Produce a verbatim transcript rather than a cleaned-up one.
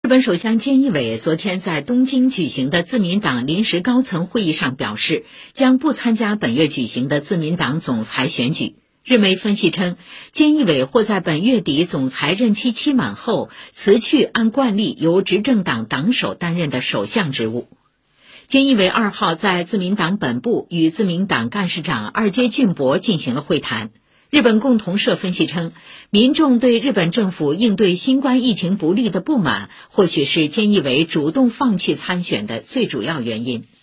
日本首相菅义伟昨天在东京举行的自民党临时高层会议上表示，将不参加本月举行的自民党总裁选举。日媒分析称，菅义伟或在本月底总裁任期期满后辞去按惯例由执政党党首担任的首相职务。菅义伟二号在自民党本部与自民党干事长二阶俊博进行了会谈。日本共同社分析称，民众对日本政府应对新冠疫情不力的不满，或许是菅义伟主动放弃参选的最主要原因。